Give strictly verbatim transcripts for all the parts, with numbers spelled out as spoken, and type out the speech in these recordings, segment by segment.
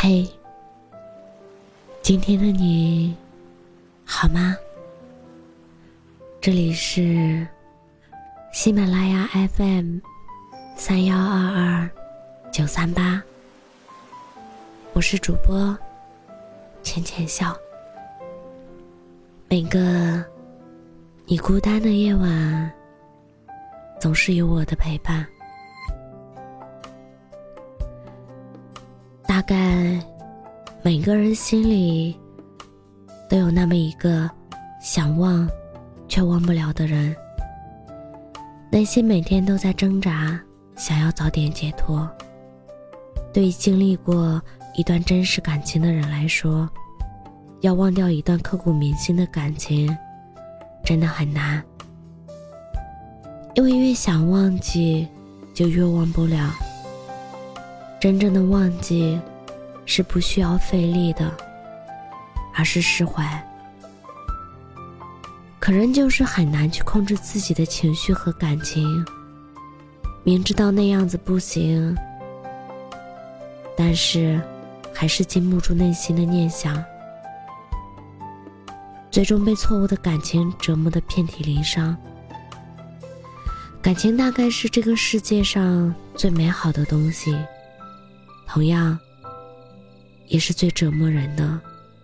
嘿，今天的你好吗？这里是喜马拉雅 F M 三幺二二九三八，我是主播浅浅笑。每个你孤单的夜晚，总是有我的陪伴。大概每个人心里都有那么一个想忘却忘不了的人，内心每天都在挣扎，想要早点解脱。对于经历过一段真实感情的人来说，要忘掉一段刻骨铭心的感情真的很难，因为越想忘记就越忘不了。真正的忘记是不需要费力的，而是释怀。可人就是很难去控制自己的情绪和感情，明知道那样子不行，但是还是禁不住内心的念想，最终被错误的感情折磨得遍体鳞伤。感情大概是这个世界上最美好的东西，同样也是最折磨人的。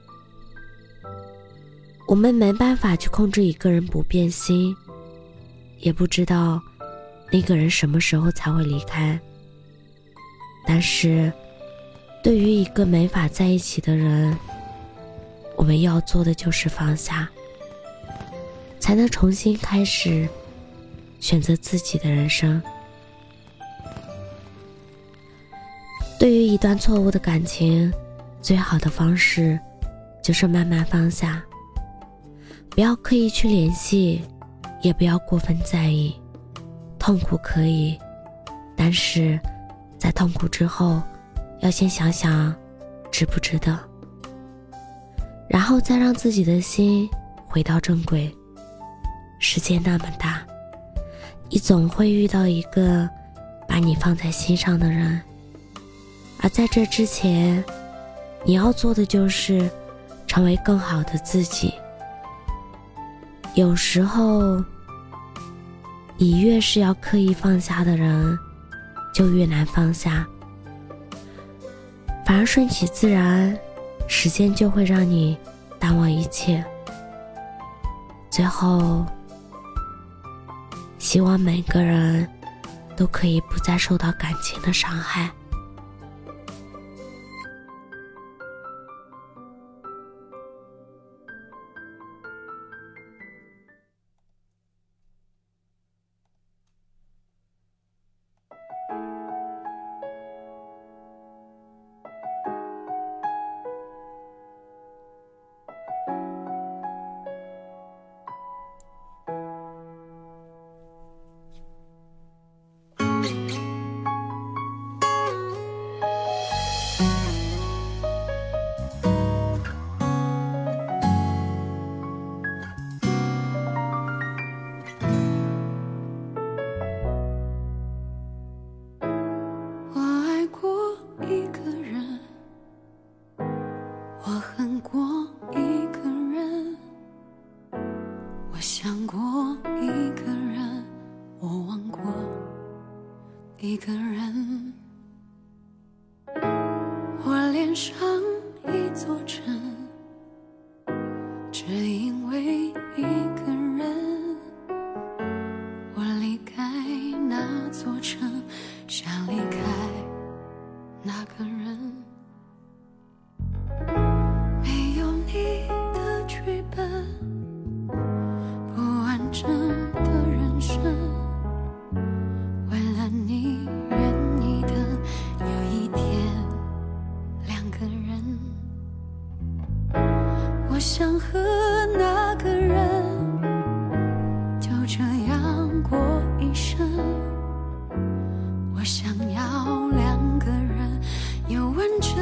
我们没办法去控制一个人不变心，也不知道那个人什么时候才会离开，但是对于一个没法在一起的人，我们要做的就是放下，才能重新开始选择自己的人生。对于一段错误的感情，最好的方式就是慢慢放下，不要刻意去联系，也不要过分在意。痛苦可以，但是在痛苦之后要先想想值不值得，然后再让自己的心回到正轨。世界那么大，你总会遇到一个把你放在心上的人，而在这之前，你要做的就是成为更好的自己。有时候你越是要刻意放下的人，就越难放下，反而顺其自然，时间就会让你淡忘一切。最后，希望每个人都可以不再受到感情的伤害。 我恨过一个人，我想过一个人，我忘过一个人。我恋上一座城，只因为一个人。我离开那座城，想离开那个人。我想和那个人就这样过一生，我想要两个人有完整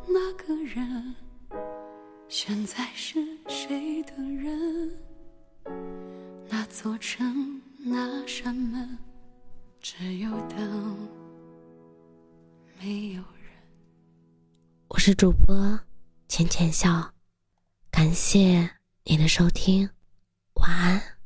那个人，现在是谁的人？那座城，那扇门，只有灯，没有人。 我是主播浅浅笑，感谢你的收听，晚安。